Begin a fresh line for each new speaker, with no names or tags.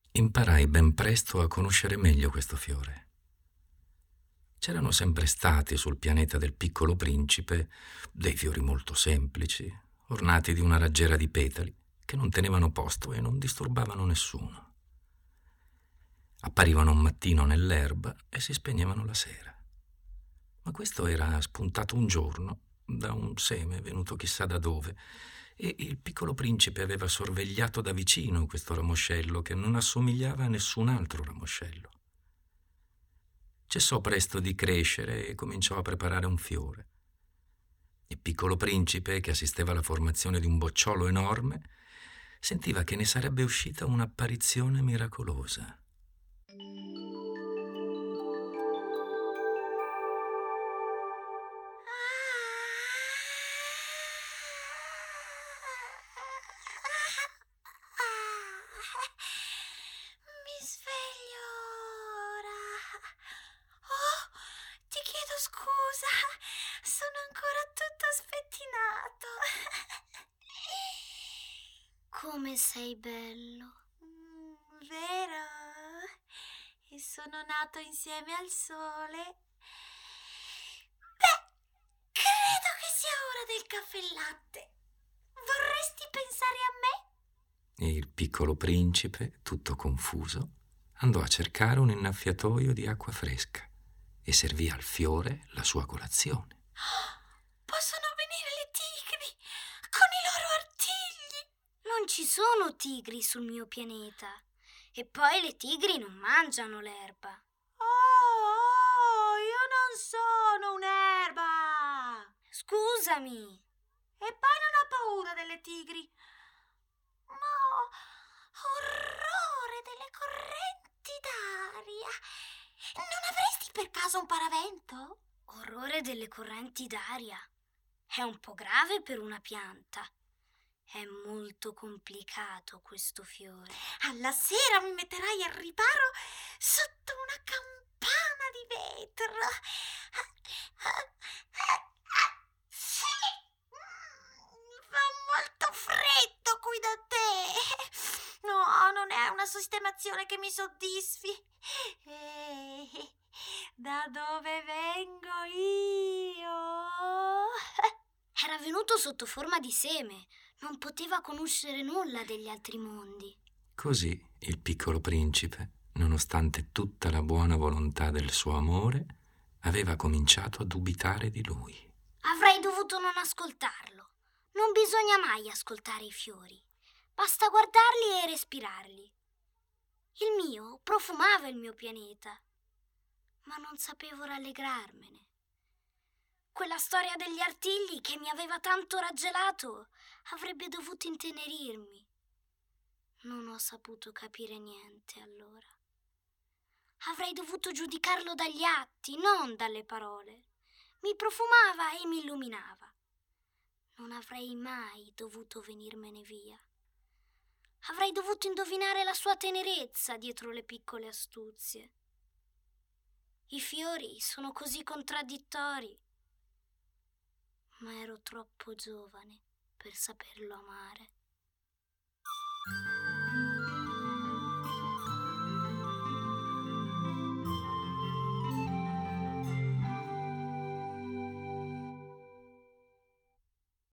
Imparai ben presto a conoscere meglio questo fiore. C'erano sempre stati sul pianeta del Piccolo Principe dei fiori molto semplici, ornati di una raggiera di petali, che non tenevano posto e non disturbavano nessuno. Apparivano un mattino nell'erba e si spegnevano la sera. Ma questo era spuntato un giorno da un seme venuto chissà da dove, e il Piccolo Principe aveva sorvegliato da vicino questo ramoscello che non assomigliava a nessun altro ramoscello. Cessò presto di crescere e cominciò a preparare un fiore. Il Piccolo Principe, che assisteva alla formazione di un bocciolo enorme, sentiva che ne sarebbe uscita un'apparizione miracolosa.
Mi sveglio ora. Oh, ti chiedo scusa, sono ancora tutto spettinato. Come sei bello. Vero? E sono nato insieme al sole. Beh, credo che sia ora del caffè e latte. Vorresti pensare a me?
E il Piccolo Principe, tutto confuso, andò a cercare un innaffiatoio di acqua fresca e servì al fiore la sua colazione.
Possono venire le tigri con i loro artigli. Non ci sono tigri sul mio pianeta. E poi le tigri non mangiano l'erba. Oh, io non sono un'erba. Scusami. E poi non ho paura delle tigri. Ma ho orrore delle correnti d'aria. Non avresti per caso un paravento? Orrore delle correnti d'aria. È un po' grave per una pianta. È molto complicato questo fiore. Alla sera mi metterai al riparo sotto una campana di vetro. Sì, fa molto freddo qui da te. No, non è una sistemazione che mi soddisfi. Da dove vengo io? Era venuto sotto forma di seme. Non poteva conoscere nulla degli altri mondi.
Così il Piccolo Principe, nonostante tutta la buona volontà del suo amore, aveva cominciato a dubitare di lui.
Avrei dovuto non ascoltarlo. Non bisogna mai ascoltare i fiori. Basta guardarli e respirarli. Il mio profumava il mio pianeta, ma non sapevo rallegrarmene. Quella storia degli artigli che mi aveva tanto raggelato avrebbe dovuto intenerirmi. Non ho saputo capire niente allora. Avrei dovuto giudicarlo dagli atti, non dalle parole. Mi profumava e mi illuminava. Non avrei mai dovuto venirmene via. Avrei dovuto indovinare la sua tenerezza dietro le piccole astuzie. I fiori sono così contraddittori. Ma ero troppo giovane per saperlo amare.